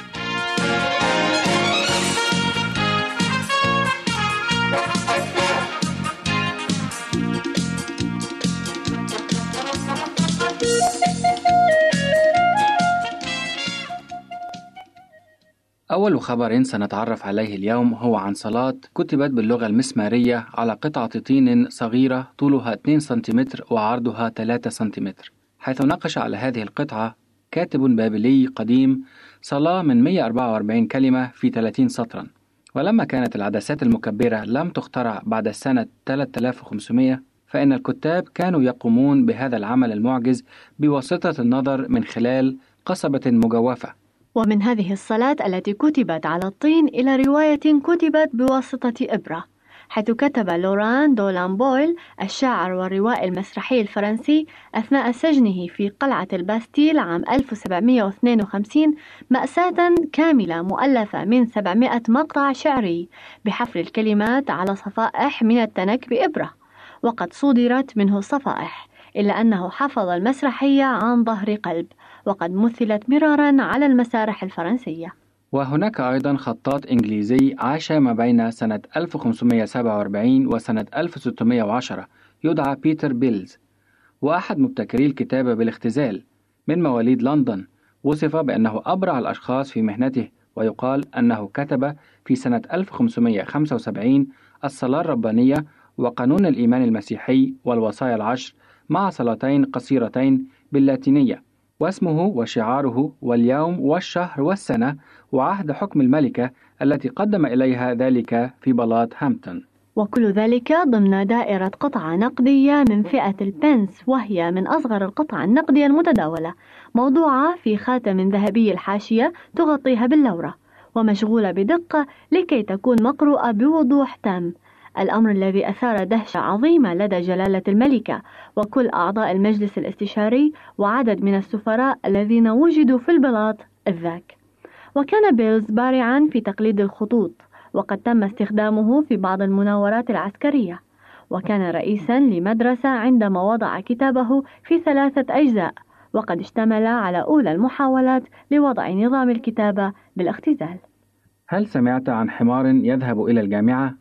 أول خبر سنتعرف عليه اليوم هو عن صلاة كتبت باللغة المسمارية على قطعة طين صغيرة طولها اثنين سنتيمتر وعرضها ثلاثة سنتيمتر، حيث ناقش على هذه القطعة كاتب بابلي قديم صلاة من مئة وأربعة وأربعين كلمة في ثلاثين سطرا. ولما كانت العدسات المكبرة لم تخترع بعد السنة ثلاثة آلاف وخمسمائة، فإن الكتاب كانوا يقومون بهذا العمل المعجز بواسطة النظر من خلال قصبة مجوفة.
ومن هذه الصلاة التي كتبت على الطين إلى رواية كتبت بواسطة إبرة، حيث كتب لوران دولان بويل الشاعر والروائي المسرحي الفرنسي أثناء سجنه في قلعة الباستيل عام ألف وسبعمائة واثنين وخمسين مأساة كاملة مؤلفة من سبعمائة مقطع شعري بحفر الكلمات على صفائح من التنك بإبرة، وقد صدرت منه صفائح، إلا أنه حفظ المسرحية عن ظهر قلب، وقد مثلت مرارا على المسارح الفرنسية.
وهناك أيضا خطاط إنجليزي عاش ما بين سنة ألف وخمسمائة وسبعة وأربعين وسنة ألف وستمائة وعشرة يدعى بيتر بيلز، وأحد مبتكري الكتابة بالاختزال من مواليد لندن. وصف بأنه أبرع الأشخاص في مهنته، ويقال أنه كتب في سنة ألف وخمسمائة وخمسة وسبعين الصلاة الربانية وقانون الإيمان المسيحي والوصايا العشر مع صلاتين قصيرتين باللاتينية، واسمه وشعاره واليوم والشهر والسنة وعهد حكم الملكة التي قدم إليها ذلك في بلاط هامبتون.
وكل ذلك ضمن دائرة قطعة نقدية من فئة البنس، وهي من أصغر القطع النقدية المتداولة، موضوعة في خاتم ذهبي الحاشية تغطيها باللورة، ومشغولة بدقة لكي تكون مقروءة بوضوح تام، الأمر الذي أثار دهشة عظيمة لدى جلالة الملكة وكل أعضاء المجلس الاستشاري وعدد من السفراء الذين وجدوا في البلاط الذاك. وكان بيلز بارعا في تقليد الخطوط، وقد تم استخدامه في بعض المناورات العسكرية، وكان رئيسا لمدرسة عندما وضع كتابه في ثلاثة أجزاء، وقد اشتمل على أولى المحاولات لوضع نظام الكتابة بالاختزال.
هل سمعت عن حمار يذهب إلى الجامعة؟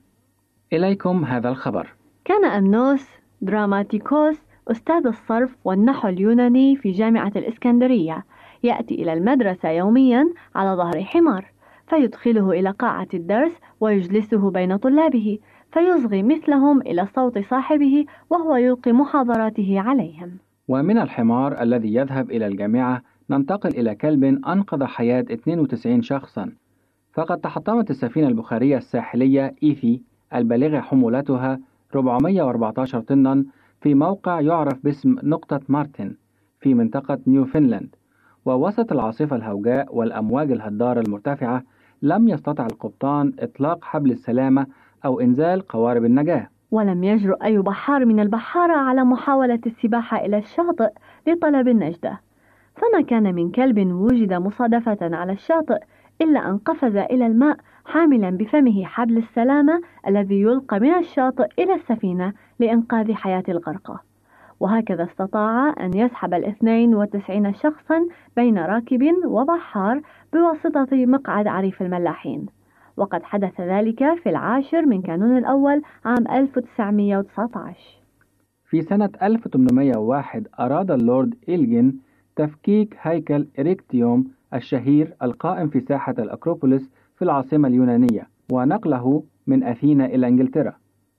إليكم هذا الخبر.
كان أمنوس دراماتيكوس أستاذ الصرف والنحو اليوناني في جامعة الإسكندرية يأتي إلى المدرسة يوميا على ظهر حمار، فيدخله إلى قاعة الدرس ويجلسه بين طلابه، فيصغي مثلهم إلى صوت صاحبه وهو يلقي محاضراته عليهم.
ومن الحمار الذي يذهب إلى الجامعة ننتقل إلى كلب أنقذ حياة اثنين وتسعين شخصا. فقد تحطمت السفينة البخارية الساحلية إيثي البالغة حمولتها أربعمائة وأربعة عشر طنا في موقع يعرف باسم نقطة مارتن في منطقة نيوفنلاند، ووسط العاصفة الهوجاء والأمواج الهدارة المرتفعة لم يستطع القبطان إطلاق حبل السلامة أو إنزال قوارب النجاة.
ولم يجرؤ أي بحار من البحارة على محاولة السباحة إلى الشاطئ لطلب النجدة، فما كان من كلب وجد مصادفة على الشاطئ إلا أن قفز إلى الماء حاملا بفمه حبل السلامة الذي يلقى من الشاطئ إلى السفينة لإنقاذ حياة الغرقى. وهكذا استطاع أن يسحب الاثنين وتسعين شخصا بين راكب وبحار بواسطة مقعد عريف الملاحين. وقد حدث ذلك في العاشر من كانون الأول عام ألف وتسعمائة وتسعة عشر.
في سنة ألف وثمانمائة وواحد أراد اللورد إلجن تفكيك هيكل إريكتيوم الشهير القائم في ساحة الأكروبوليس في العاصمة اليونانية ونقله من أثينا إلى إنجلترا،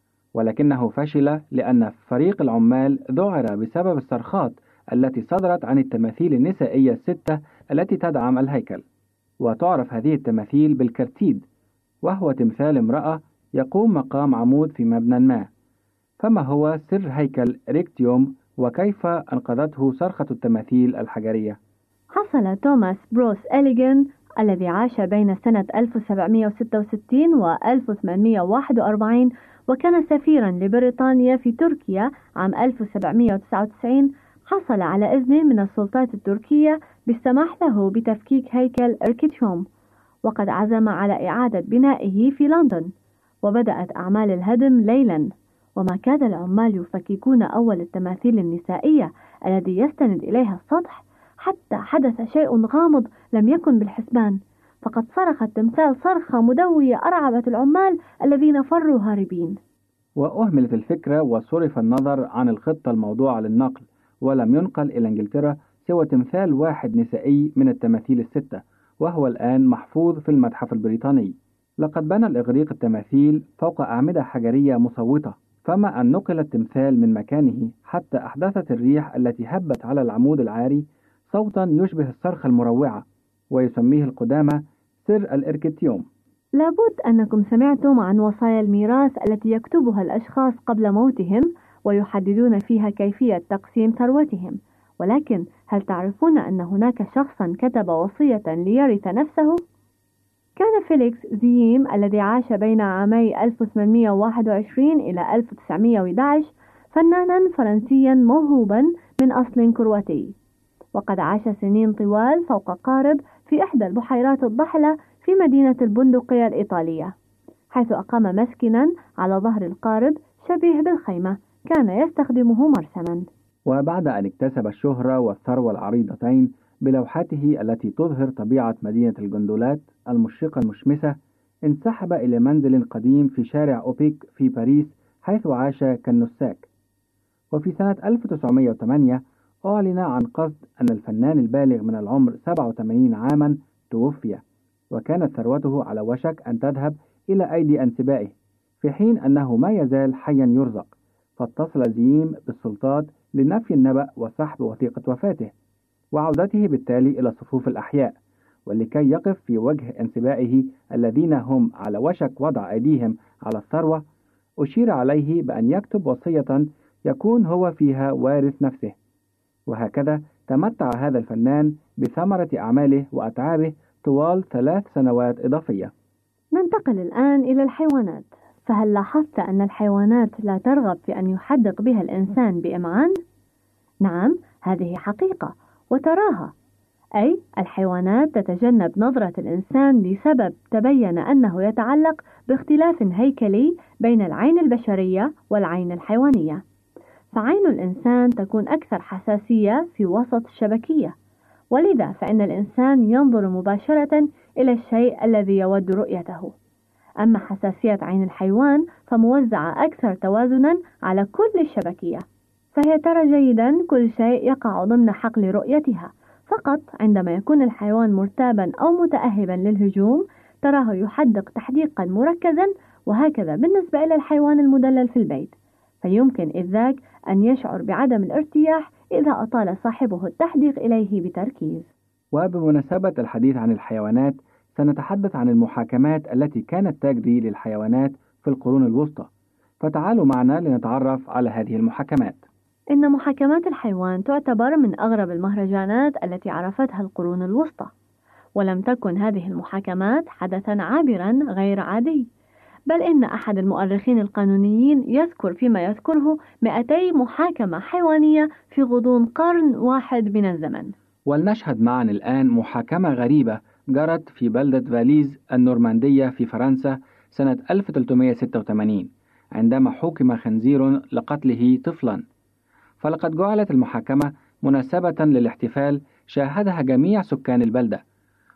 ولكنه فشل لأن فريق العمال ذعر بسبب الصرخات التي صدرت عن التماثيل النسائية الستة التي تدعم الهيكل. وتعرف هذه التماثيل بالكرتيد، وهو تمثال امرأة يقوم مقام عمود في مبنى ما. فما هو سر هيكل إريكتيوم وكيف أنقذته صرخة التماثيل الحجرية؟
حصل توماس بروس إليغن الذي عاش بين سنة ألف وسبعمائة وستة وستين و ألف وثمانمائة وواحد وأربعين وكان سفيرا لبريطانيا في تركيا عام ألف وسبعمائة وتسعة وتسعين، حصل على إذن من السلطات التركية بالسماح له بتفكيك هيكل إريكتيوم، وقد عزم على إعادة بنائه في لندن، وبدأت أعمال الهدم ليلا، وما كاد العمال يفككون أول التماثيل النسائية الذي يستند إليها السطح حتى حدث شيء غامض لم يكن بالحسبان، فقد صرخ التمثال صرخة مدوية أرعبت العمال الذين فروا هاربين.
وأهملت الفكرة وصرف النظر عن الخطة الموضوعة للنقل، ولم ينقل إلى إنجلترا سوى تمثال واحد نسائي من التماثيل الستة، وهو الآن محفوظ في المتحف البريطاني. لقد بنى الإغريق التماثيل فوق أعمدة حجرية مصوتة، فما أن نقل التمثال من مكانه حتى أحدثت الريح التي هبت على العمود العاري صوتا يشبه الصرخة المروعة، ويسميه القدامى سر الإريكتيوم.
لابد أنكم سمعتم عن وصايا الميراث التي يكتبها الأشخاص قبل موتهم ويحددون فيها كيفية تقسيم ثروتهم، ولكن هل تعرفون أن هناك شخصا كتب وصية ليرث نفسه؟ كان فيليكس زييم الذي عاش بين عامي ألف وثمانمائة وواحد وعشرين إلى ألف وتسعمائة وأحد عشر فنانا فرنسيا موهوبا من أصل كرواتي، وقد عاش سنين طوال فوق قارب في إحدى البحيرات الضحلة في مدينة البندقية الإيطالية، حيث أقام مسكنا على ظهر القارب شبيه بالخيمة كان يستخدمه مرسما.
وبعد أن اكتسب الشهرة والثروة العريضتين بلوحاته التي تظهر طبيعة مدينة الجندولات المشرقة المشمسة، انسحب إلى منزل قديم في شارع أوبيك في باريس حيث عاش كالنساك. وفي سنة ألف وتسعمائة وثمانية أعلن عن قصد أن الفنان البالغ من العمر سبعة وثمانين عاما توفي، وكانت ثروته على وشك أن تذهب إلى أيدي أنسبائه، في حين أنه ما يزال حيا يرزق. فاتصل زييم بالسلطات لنفي النبأ وسحب وثيقة وفاته، وعودته بالتالي إلى صفوف الأحياء، ولكي يقف في وجه أنسبائه الذين هم على وشك وضع أيديهم على الثروة، أشير عليه بأن يكتب وصية يكون هو فيها وارث نفسه. وهكذا تمتع هذا الفنان بثمرة أعماله وأتعابه طوال ثلاث سنوات إضافية.
ننتقل الآن إلى الحيوانات. فهل لاحظت أن الحيوانات لا ترغب في أن يحدق بها الإنسان بإمعان؟ نعم، هذه حقيقة وتراها، أي الحيوانات تتجنب نظرة الإنسان لسبب تبين أنه يتعلق باختلاف هيكلي بين العين البشرية والعين الحيوانية. فعين الإنسان تكون أكثر حساسية في وسط الشبكية، ولذا فإن الإنسان ينظر مباشرة إلى الشيء الذي يود رؤيته. أما حساسية عين الحيوان فموزعة أكثر توازنا على كل الشبكية، فهي ترى جيدا كل شيء يقع ضمن حقل رؤيتها، فقط عندما يكون الحيوان مرتابا أو متأهبا للهجوم تراه يحدق تحديقا مركزا، وهكذا بالنسبة إلى الحيوان المدلل في البيت، فيمكن إذ ذاك أن يشعر بعدم الارتياح إذا أطال صاحبه التحديق إليه بتركيز.
وبمناسبة الحديث عن الحيوانات سنتحدث عن المحاكمات التي كانت تجري للحيوانات في القرون الوسطى، فتعالوا معنا لنتعرف على هذه المحاكمات.
إن محاكمات الحيوان تعتبر من أغرب المهرجانات التي عرفتها القرون الوسطى، ولم تكن هذه المحاكمات حدثا عابرا غير عادي، بل إن أحد المؤرخين القانونيين يذكر فيما يذكره مئتي محاكمة حيوانية في غضون قرن واحد من الزمن.
ولنشهد معا الآن محاكمة غريبة جرت في بلدة فاليز النورماندية في فرنسا سنة ألف وثلاثمائة وستة وثمانين، عندما حُكم خنزير لقتله طفلا. فلقد جعلت المحاكمة مناسبة للاحتفال شاهدها جميع سكان البلدة،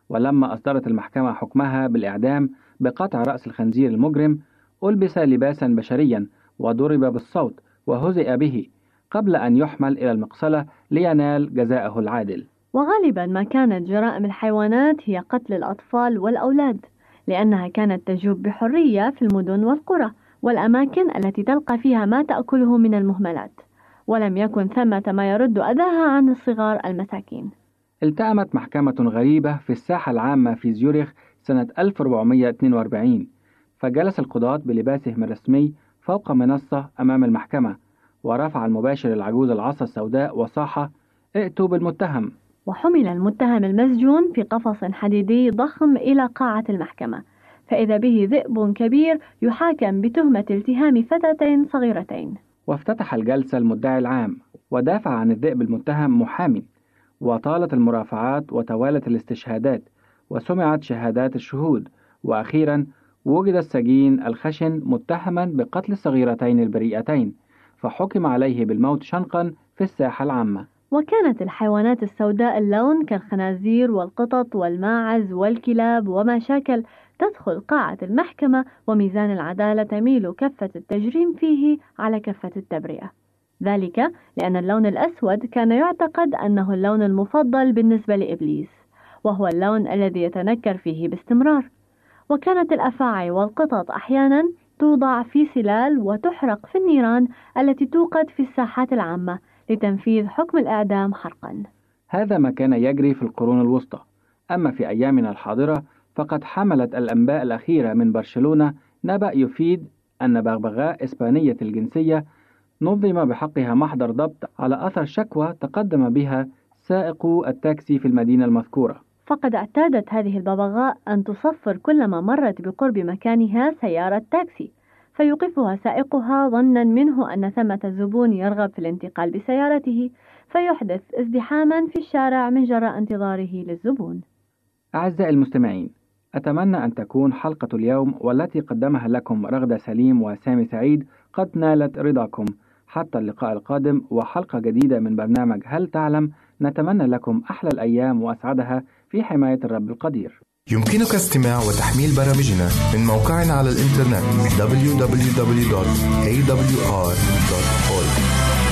ولما أصدرت المحكمة حكمها بالإعدام بقطع رأس الخنزير المجرم ألبس لباسا بشريا وضرب بالصوت وهزئ به قبل أن يحمل إلى المقصلة لينال جزاءه العادل.
وغالبا ما كانت جرائم الحيوانات هي قتل الأطفال والأولاد، لأنها كانت تجوب بحرية في المدن والقرى والأماكن التي تلقى فيها ما تأكله من المهملات، ولم يكن ثمة ما يرد أذاها عن الصغار المساكين.
التأمت محكمة غريبة في الساحة العامة في زيورخ سنة ألف وأربعمائة واثنين وأربعين، فجلس القضاة بلباسهم الرسمي فوق منصة أمام المحكمة، ورفع المباشر العجوز العصا السوداء وصاح: ائتوا بالمتهم.
وحمل المتهم المسجون في قفص حديدي ضخم إلى قاعة المحكمة، فإذا به ذئب كبير يحاكم بتهمة التهام فتاتين صغيرتين.
وافتتح الجلسة المدعي العام ودافع عن الذئب المتهم محامٍ، وطالت المرافعات وتوالت الاستشهادات وسمعت شهادات الشهود، وأخيرا وجد السجين الخشن متهما بقتل الصغيرتين البريئتين، فحكم عليه بالموت شنقا في الساحة العامة.
وكانت الحيوانات السوداء اللون كالخنازير والقطط والماعز والكلاب وما شاكل تدخل قاعة المحكمة، وميزان العدالة تميل كفة التجريم فيه على كفة التبرئة، ذلك لأن اللون الأسود كان يعتقد أنه اللون المفضل بالنسبة لإبليس، وهو اللون الذي يتنكر فيه باستمرار. وكانت الأفاعي والقطط أحيانا توضع في سلال وتحرق في النيران التي توقد في الساحات العامة لتنفيذ حكم الإعدام حرقا.
هذا ما كان يجري في القرون الوسطى. أما في أيامنا الحاضرة فقد حملت الأنباء الأخيرة من برشلونة نبأ يفيد أن بغبغاء إسبانية الجنسية نظم بحقها محضر ضبط على أثر شكوى تقدم بها سائق التاكسي في المدينة المذكورة.
فقد اعتادت هذه الببغاء أن تصفر كلما مرت بقرب مكانها سيارة تاكسي، فيوقفها سائقها ظنا منه أن ثمة زبون يرغب في الانتقال بسيارته، فيحدث ازدحاما في الشارع من جراء انتظاره للزبون.
أعزائي المستمعين، أتمنى أن تكون حلقة اليوم والتي قدمها لكم رغدة سليم وسامي سعيد قد نالت رضاكم. حتى اللقاء القادم وحلقة جديدة من برنامج هل تعلم، نتمنى لكم أحلى الأيام وأسعدها في حماية الرب القدير.
يمكنك استماع وتحميل برامجنا من موقعنا على الإنترنت دبليو دبليو دبليو دوت إيه دبليو آر دوت أورج.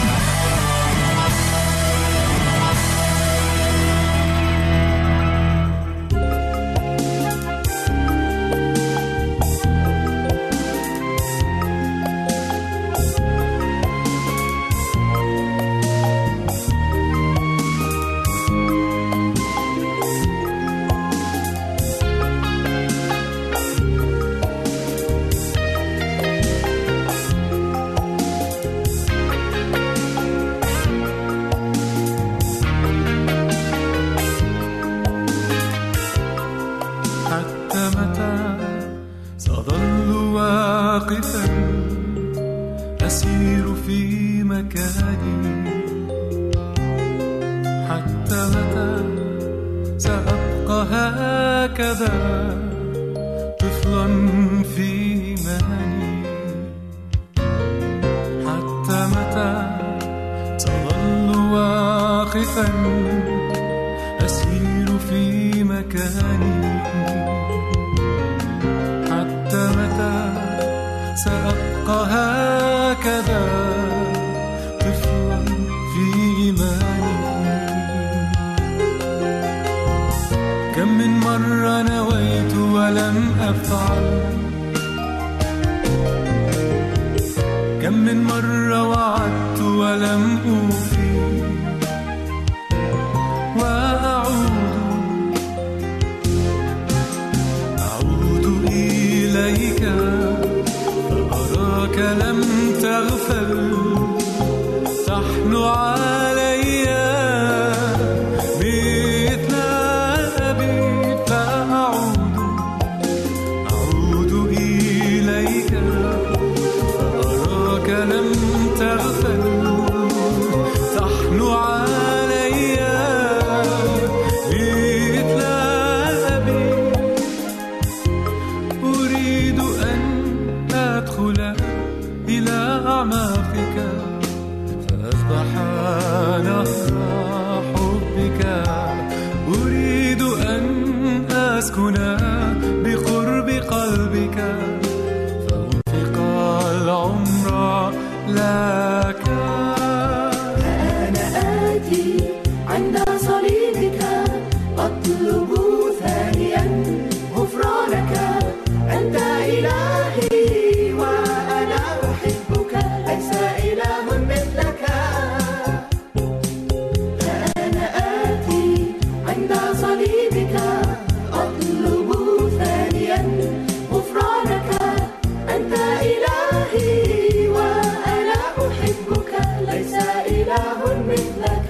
أسير في مكاني حتى متى سأبقى هكذا طفلا في إيماني حتى متى سأظل واقفا أسير في مكاني حتى متى سأبقى هكذا طفلا في إيماني كم من مرة نويت ولم أفعل كم من مرة وعدت ولم أوفي وأعود أعود إليك فأراك لم تغفل تحن علي مثل أبي فأعود أعود إليك فأراك لم تغفل تحن علي مثل أبي أريد أن أدخل إلى أعماقك فأصبح أسكن بقرب قلبك فأنفق العمر لك.
أنا آتي عند صليبك أطلب ثانيا غفرانك. أنت إلهي وأنا أحبك ليس إله مثلك. أنا آتي عند صليبك أطلب ثانيا غفرانك. أنت إلهي وأنا أحبك ليس إله مثلك.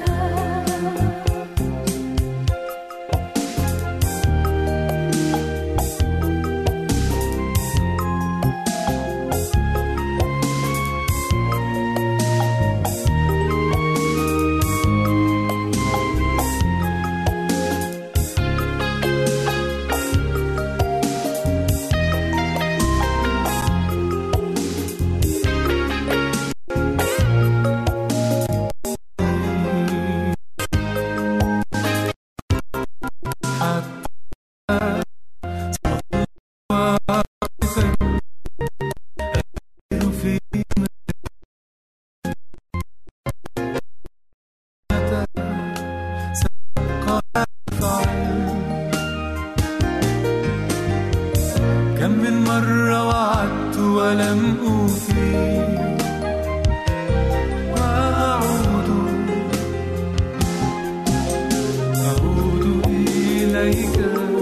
كم من مرة وعدت ولم أوفي وأعود أعود إليك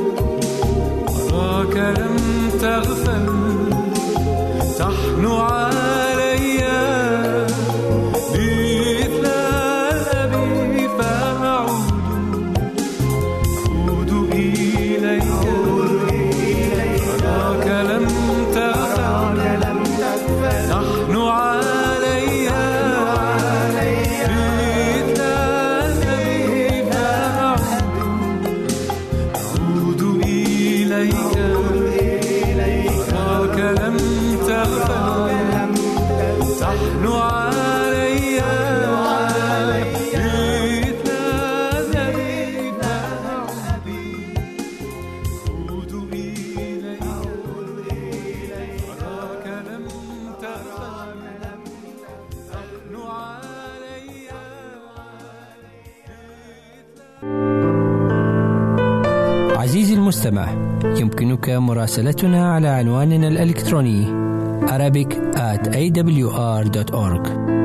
أراك لم تغفل تحن علي مثل أبي فأعود أعود إليك أراك لم تغفل تحن علي مثل أبي فأعود إليك أراك لم تغفل تحن علي مثل أبي فأعود إليك أراك لم تغفل تحن علي.
عزيزي المستمع، يمكنك مراسلتنا على عنواننا الإلكتروني arabic at a w r dot org.